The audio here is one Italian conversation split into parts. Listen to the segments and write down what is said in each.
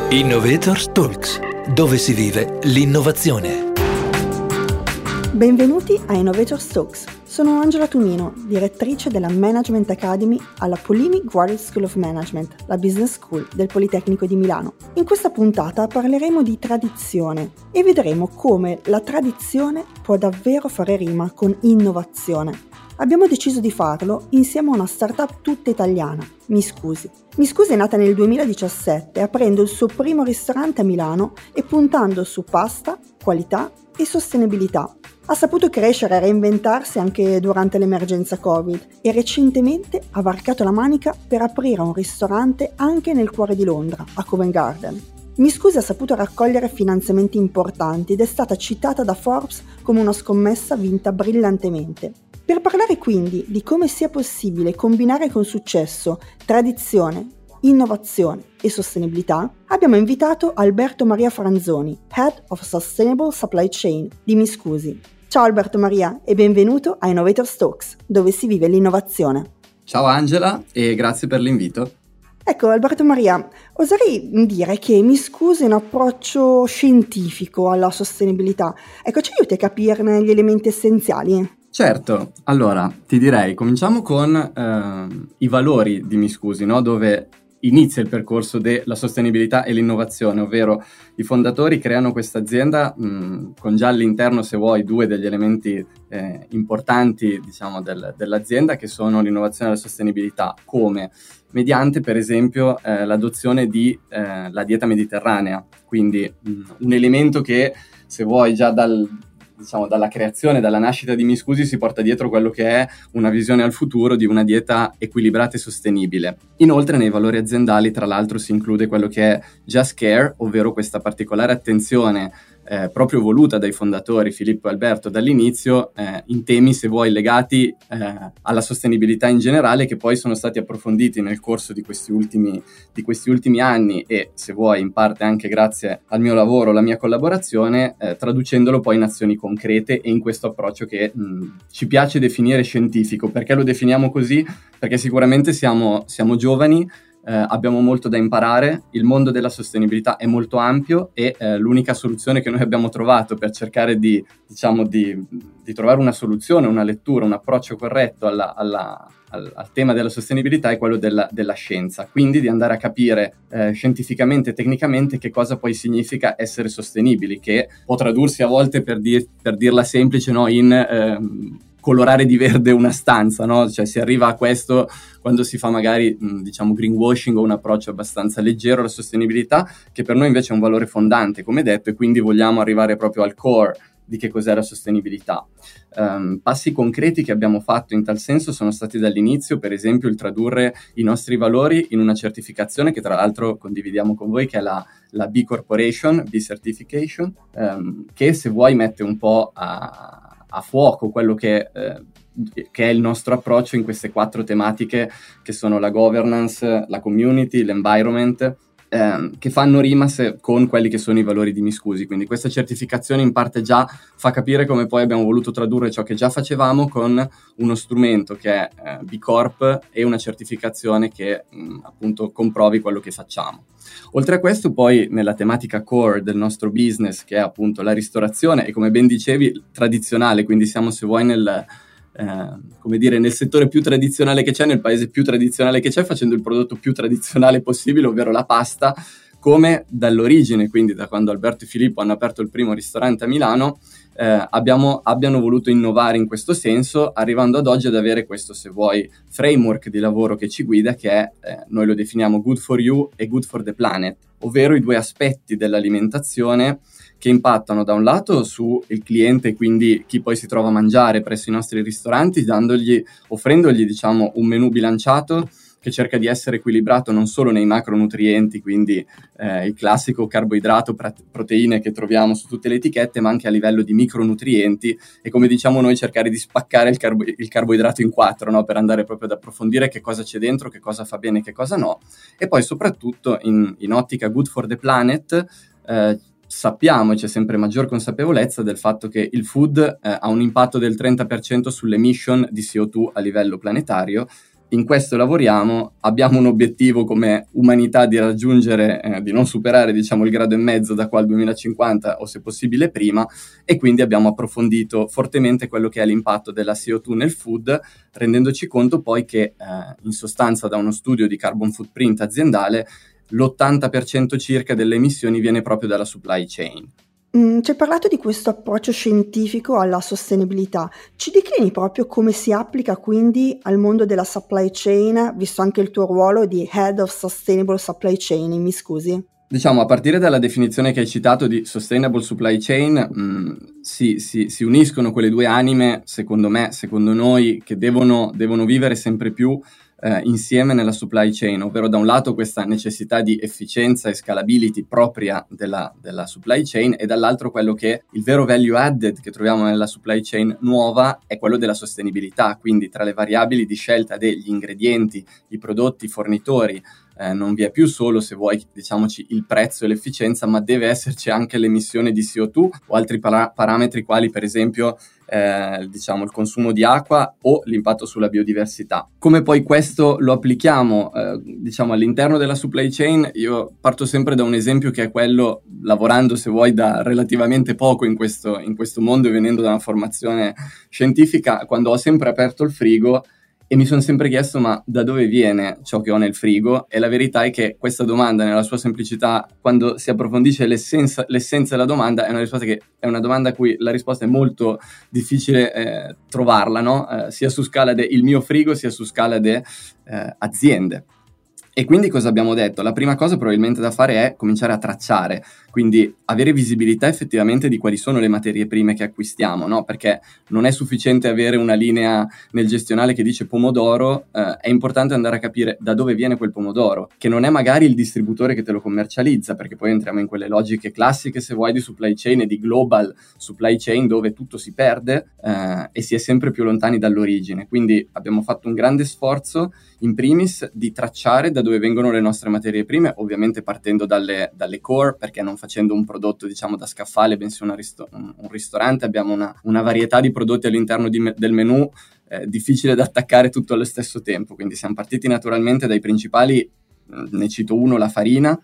Innovators Talks, dove si vive l'innovazione. Benvenuti a Innovators Talks. Sono Angela Tumino, direttrice della Management Academy alla Polimi Graduate School of Management, la business school del Politecnico di Milano. In questa puntata parleremo di tradizione e vedremo come la tradizione può davvero fare rima con innovazione. Abbiamo deciso di farlo insieme a una startup tutta italiana, Mi Scusi. Mi Scusi è nata nel 2017 aprendo il suo primo ristorante a Milano e puntando su pasta, qualità e sostenibilità. Ha saputo crescere e reinventarsi anche durante l'emergenza Covid e recentemente ha varcato la manica per aprire un ristorante anche nel cuore di Londra, a Covent Garden. Mi Scusi ha saputo raccogliere finanziamenti importanti ed è stata citata da Forbes come una scommessa vinta brillantemente. Per parlare quindi di come sia possibile combinare con successo tradizione, innovazione e sostenibilità, abbiamo invitato Alberto Maria Franzoni, Head of Sustainable Supply Chain di Mi Scusi. Ciao Alberto Maria e benvenuto a Innovators Talks, dove si vive l'innovazione. Ciao Angela e grazie per l'invito. Ecco Alberto Maria, oserei dire che Mi Scusi è un approccio scientifico alla sostenibilità. Ecco, ci aiuti a capirne gli elementi essenziali? Certo, allora ti direi, cominciamo con i valori di Mi Scusi, no? Dove inizia il percorso della sostenibilità e l'innovazione, ovvero i fondatori creano questa azienda con già all'interno, se vuoi, due degli elementi importanti, diciamo, dell'azienda, che sono l'innovazione e la sostenibilità, come mediante, per esempio, l'adozione di la dieta mediterranea, quindi un elemento che, se vuoi, già dalla creazione, dalla nascita di Mi Scusi si porta dietro quello che è una visione al futuro di una dieta equilibrata e sostenibile. Inoltre nei valori aziendali tra l'altro si include quello che è Just Care, ovvero questa particolare attenzione proprio voluta dai fondatori Filippo e Alberto dall'inizio in temi, se vuoi, legati alla sostenibilità in generale, che poi sono stati approfonditi nel corso di questi ultimi anni e, se vuoi, in parte anche grazie al mio lavoro, la mia collaborazione, traducendolo poi in azioni concrete e in questo approccio che ci piace definire scientifico. Perché lo definiamo così? Perché sicuramente siamo giovani, abbiamo molto da imparare, il mondo della sostenibilità è molto ampio e l'unica soluzione che noi abbiamo trovato per cercare di trovare una soluzione, una lettura, un approccio corretto al tema della sostenibilità è quello della scienza, quindi di andare a capire scientificamente e tecnicamente che cosa poi significa essere sostenibili, che può tradursi a volte, per dirla semplice, no, in colorare di verde una stanza, no? Cioè si arriva a questo quando si fa magari greenwashing o un approccio abbastanza leggero alla sostenibilità, che per noi invece è un valore fondante, come detto, e quindi vogliamo arrivare proprio al core di che cos'è la sostenibilità. Passi concreti che abbiamo fatto in tal senso sono stati dall'inizio, per esempio, il tradurre i nostri valori in una certificazione che tra l'altro condividiamo con voi, che è la B Corporation, B Certification, che, se vuoi, mette un po' a fuoco quello che è il nostro approccio in queste 4 tematiche, che sono la governance, la community, l'environment, che fanno rima con quelli che sono i valori di Mi Scusi. Quindi questa certificazione in parte già fa capire come poi abbiamo voluto tradurre ciò che già facevamo con uno strumento che è B Corp e una certificazione che appunto comprovi quello che facciamo. Oltre a questo, poi, nella tematica core del nostro business, che è appunto la ristorazione e, come ben dicevi, tradizionale, quindi siamo, se vuoi, nel settore più tradizionale che c'è, nel paese più tradizionale che c'è, facendo il prodotto più tradizionale possibile, ovvero la pasta, come dall'origine, quindi da quando Alberto e Filippo hanno aperto il primo ristorante a Milano, abbiano voluto innovare in questo senso, arrivando ad oggi ad avere questo, se vuoi, framework di lavoro che ci guida, che è, noi lo definiamo good for you e good for the planet, ovvero i 2 aspetti dell'alimentazione che impattano da un lato sul cliente, quindi chi poi si trova a mangiare presso i nostri ristoranti, offrendogli un menù bilanciato che cerca di essere equilibrato non solo nei macronutrienti, quindi il classico carboidrato, proteine che troviamo su tutte le etichette, ma anche a livello di micronutrienti e, come diciamo noi, cercare di spaccare il carboidrato in 4, no? Per andare proprio ad approfondire che cosa c'è dentro, che cosa fa bene e che cosa no. E poi soprattutto in ottica good for the planet, sappiamo, e c'è sempre maggior consapevolezza del fatto che il food ha un impatto del 30% sulle emission di CO2 a livello planetario, in questo lavoriamo, abbiamo un obiettivo come umanità di raggiungere, di non superare diciamo il 1,5 gradi da qua al 2050 o se possibile prima, e quindi abbiamo approfondito fortemente quello che è l'impatto della CO2 nel food, rendendoci conto poi che in sostanza da uno studio di carbon footprint aziendale l'80% circa delle emissioni viene proprio dalla supply chain. Ci hai parlato di questo approccio scientifico alla sostenibilità. Ci declini proprio come si applica quindi al mondo della supply chain, visto anche il tuo ruolo di Head of Sustainable Supply Chain, mi scusi? Diciamo, a partire dalla definizione che hai citato di Sustainable Supply Chain, si uniscono quelle due anime, secondo me, secondo noi, che devono vivere sempre più insieme nella supply chain, ovvero da un lato questa necessità di efficienza e scalability propria della supply chain, e dall'altro quello che il vero value added che troviamo nella supply chain nuova è quello della sostenibilità, quindi tra le variabili di scelta degli ingredienti, i prodotti, i fornitori, non vi è più solo, se vuoi, diciamoci, il prezzo e l'efficienza, ma deve esserci anche l'emissione di CO2 o altri parametri quali per esempio diciamo il consumo di acqua o l'impatto sulla biodiversità. Come poi questo lo applichiamo diciamo all'interno della supply chain? Io parto sempre da un esempio che è quello, lavorando se vuoi da relativamente poco in questo mondo e venendo da una formazione scientifica, quando ho sempre aperto il frigo e mi sono sempre chiesto ma da dove viene ciò che ho nel frigo, e la verità è che questa domanda nella sua semplicità, quando si approfondisce l'essenza della domanda, è una risposta che è una domanda a cui la risposta è molto difficile trovarla, no? Sia su scala il mio frigo sia su scala de aziende. E quindi cosa abbiamo detto? La prima cosa probabilmente da fare è cominciare a tracciare, quindi avere visibilità effettivamente di quali sono le materie prime che acquistiamo, no? Perché non è sufficiente avere una linea nel gestionale che dice pomodoro, è importante andare a capire da dove viene quel pomodoro, che non è magari il distributore che te lo commercializza, perché poi entriamo in quelle logiche classiche, se vuoi, di supply chain e di global supply chain, dove tutto si perde e si è sempre più lontani dall'origine. Quindi abbiamo fatto un grande sforzo in primis di tracciare da dove vengono le nostre materie prime, ovviamente partendo dalle core, perché non facendo un prodotto diciamo da scaffale, bensì un ristorante, abbiamo una varietà di prodotti all'interno del menù difficile da attaccare tutto allo stesso tempo, quindi siamo partiti naturalmente dai principali, ne cito uno, la farina,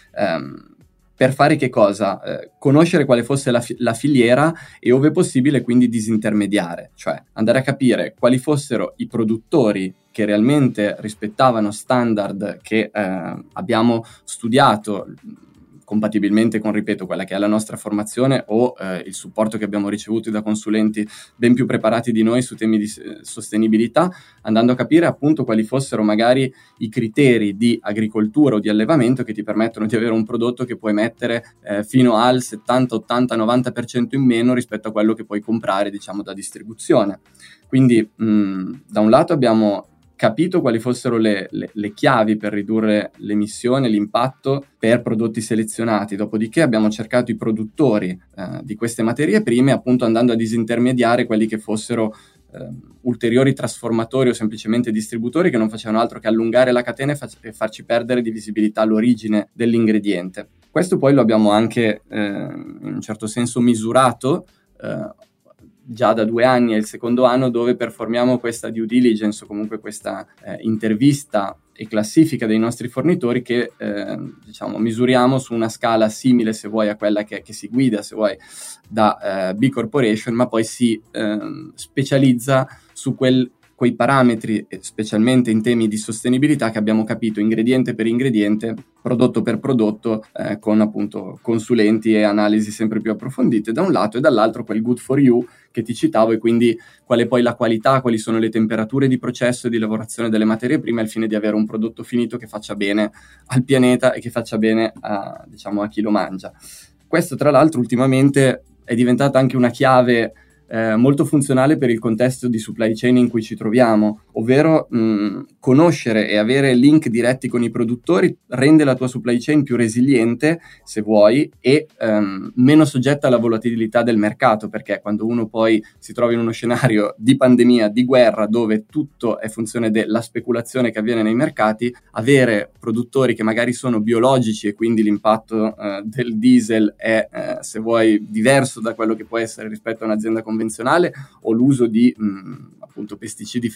per fare che cosa? Conoscere quale fosse la filiera e, ove possibile, quindi disintermediare, cioè andare a capire quali fossero i produttori che realmente rispettavano standard che abbiamo studiato compatibilmente con, ripeto, quella che è la nostra formazione o il supporto che abbiamo ricevuto da consulenti ben più preparati di noi su temi di sostenibilità, andando a capire appunto quali fossero magari i criteri di agricoltura o di allevamento che ti permettono di avere un prodotto che puoi mettere fino al 70, 80, 90% in meno rispetto a quello che puoi comprare, diciamo, da distribuzione. Quindi da un lato abbiamo capito quali fossero le chiavi per ridurre l'emissione, l'impatto per prodotti selezionati, dopodiché abbiamo cercato i produttori di queste materie prime, appunto andando a disintermediare quelli che fossero ulteriori trasformatori o semplicemente distributori che non facevano altro che allungare la catena e farci perdere di visibilità all'origine dell'ingrediente. Questo poi lo abbiamo anche in un certo senso misurato già da 2 anni, è il secondo anno dove performiamo questa due diligence o comunque questa intervista e classifica dei nostri fornitori che diciamo misuriamo su una scala simile, se vuoi, a quella che si guida, se vuoi, da B Corporation, ma poi si specializza su quei parametri, specialmente in temi di sostenibilità, che abbiamo capito ingrediente per ingrediente, prodotto per prodotto, con appunto consulenti e analisi sempre più approfondite da un lato, e dall'altro quel good for you che ti citavo, e quindi qual è poi la qualità, quali sono le temperature di processo e di lavorazione delle materie prime, al fine di avere un prodotto finito che faccia bene al pianeta e che faccia bene a chi lo mangia. Questo, tra l'altro, ultimamente è diventata anche una chiave molto funzionale per il contesto di supply chain in cui ci troviamo, ovvero conoscere e avere link diretti con i produttori rende la tua supply chain più resiliente, se vuoi, e meno soggetta alla volatilità del mercato, perché quando uno poi si trova in uno scenario di pandemia, di guerra, dove tutto è funzione della speculazione che avviene nei mercati, avere produttori che magari sono biologici e quindi l'impatto del diesel è, se vuoi, diverso da quello che può essere rispetto a un'azienda convenzionale, o l'uso di appunto pesticidi fertilizzanti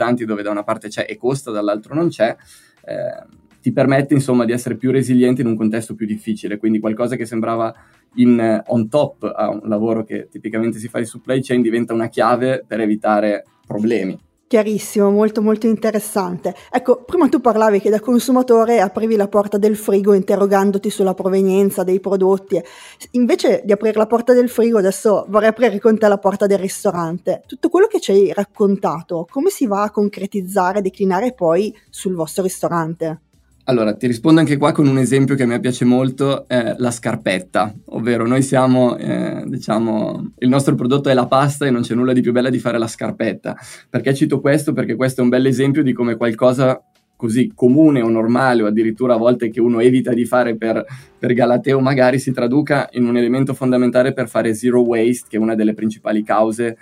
ristoranti dove da una parte c'è e costa, dall'altro non c'è, ti permette insomma di essere più resiliente in un contesto più difficile, quindi qualcosa che sembrava on top a un lavoro che tipicamente si fa di supply chain diventa una chiave per evitare problemi. Chiarissimo, molto molto interessante. Ecco, prima tu parlavi che da consumatore aprivi la porta del frigo interrogandoti sulla provenienza dei prodotti. Invece di aprire la porta del frigo, adesso vorrei aprire con te la porta del ristorante. Tutto quello che ci hai raccontato, come si va a concretizzare e declinare poi sul vostro ristorante? Allora, ti rispondo anche qua con un esempio che a me piace molto, la scarpetta, ovvero noi siamo, il nostro prodotto è la pasta e non c'è nulla di più bella di fare la scarpetta. Perché cito questo? Perché questo è un bel esempio di come qualcosa così comune o normale, o addirittura a volte che uno evita di fare per galateo magari, si traduca in un elemento fondamentale per fare zero waste, che è una delle principali cause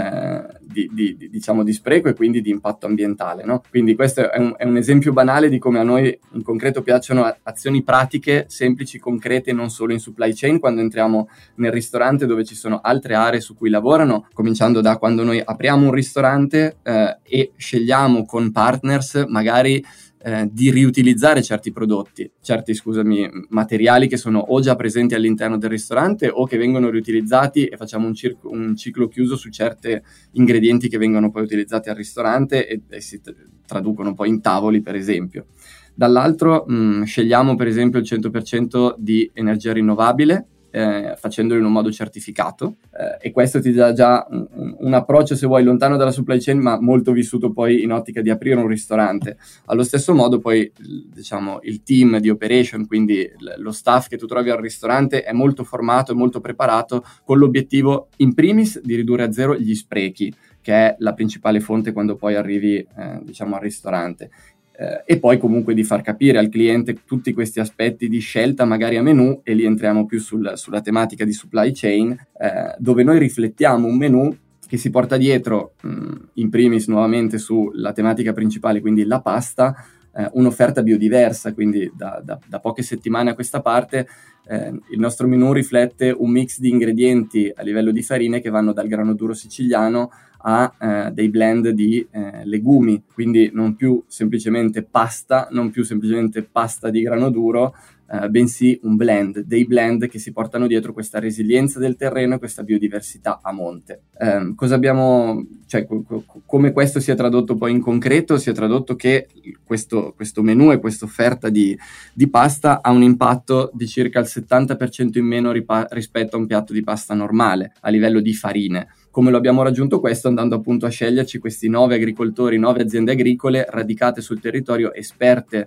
di spreco e quindi di impatto ambientale, no? Quindi questo è un esempio banale di come a noi in concreto piacciono azioni pratiche, semplici, concrete, non solo in supply chain, quando entriamo nel ristorante dove ci sono altre aree su cui lavorano, cominciando da quando noi apriamo un ristorante e scegliamo con partners magari di riutilizzare certi materiali che sono o già presenti all'interno del ristorante o che vengono riutilizzati, e facciamo un ciclo chiuso su certi ingredienti che vengono poi utilizzati al ristorante e si traducono poi in tavoli, per esempio. Dall'altro scegliamo per esempio il 100% di energia rinnovabile, facendolo in un modo certificato, e questo ti dà già un approccio, se vuoi, lontano dalla supply chain, ma molto vissuto poi in ottica di aprire un ristorante. Allo stesso modo poi il team di operation, quindi lo staff che tu trovi al ristorante, è molto formato e molto preparato con l'obiettivo in primis di ridurre a zero gli sprechi, che è la principale fonte quando poi arrivi al ristorante. E poi comunque di far capire al cliente tutti questi aspetti di scelta magari a menù, e lì entriamo più sulla tematica di supply chain, dove noi riflettiamo un menù che si porta dietro in primis nuovamente sulla tematica principale, quindi la pasta, un'offerta biodiversa, quindi da poche settimane a questa parte il nostro menù riflette un mix di ingredienti a livello di farine che vanno dal grano duro siciliano a dei blend di legumi, quindi non più semplicemente pasta di grano duro, bensì dei blend che si portano dietro questa resilienza del terreno e questa biodiversità a monte. Come questo si è tradotto poi in concreto? Si è tradotto che questo menù e questa offerta di pasta ha un impatto di circa il 70% in meno rispetto a un piatto di pasta normale a livello di farine. Come lo abbiamo raggiunto questo? Andando appunto a sceglierci questi 9 agricoltori, 9 aziende agricole radicate sul territorio, esperte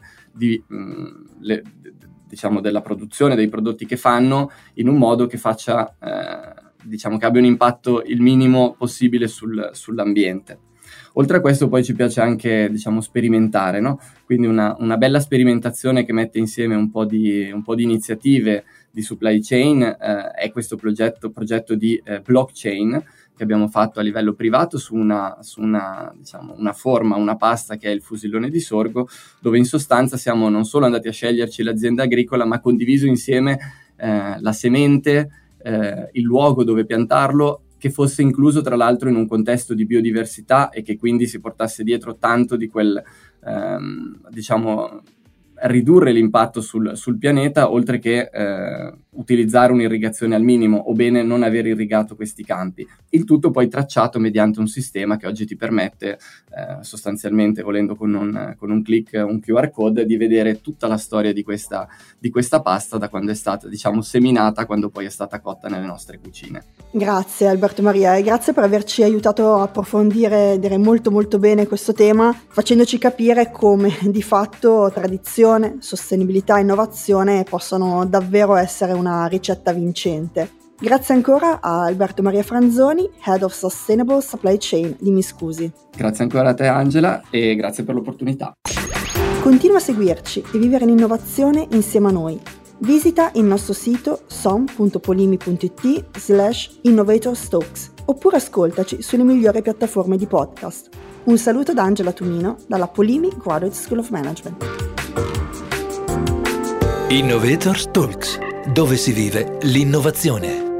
della produzione dei prodotti che fanno, in un modo che faccia che abbia un impatto il minimo possibile sull'ambiente. Oltre a questo poi ci piace anche sperimentare, no? Quindi una bella sperimentazione che mette insieme un po' di iniziative di supply chain è questo progetto di blockchain che abbiamo fatto a livello privato su una forma, una pasta che è il fusillone di sorgo, dove in sostanza siamo non solo andati a sceglierci l'azienda agricola, ma condiviso insieme la semente, il luogo dove piantarlo, che fosse incluso tra l'altro in un contesto di biodiversità e che quindi si portasse dietro tanto di quel ridurre l'impatto sul pianeta, oltre che utilizzare un'irrigazione al minimo, o bene non aver irrigato questi campi. Il tutto poi tracciato mediante un sistema che oggi ti permette sostanzialmente, volendo con un click, un QR code, di vedere tutta la storia di questa pasta da quando è stata seminata, quando poi è stata cotta nelle nostre cucine. Grazie Alberto Maria, e grazie per averci aiutato a approfondire, direi molto molto bene, questo tema, facendoci capire come di fatto tradizione, sostenibilità e innovazione possono davvero essere una ricetta vincente. Grazie ancora a Alberto Maria Franzoni, Head of Sustainable Supply Chain di Miscusi. Grazie ancora a te Angela e grazie per l'opportunità. Continua a seguirci e vivere l'innovazione insieme a noi. Visita il nostro sito som.polimi.it/innovatorstalks oppure ascoltaci sulle migliori piattaforme di podcast. Un saluto da Angela Tumino dalla Polimi Graduate School of Management. Innovators Talks, dove si vive l'innovazione.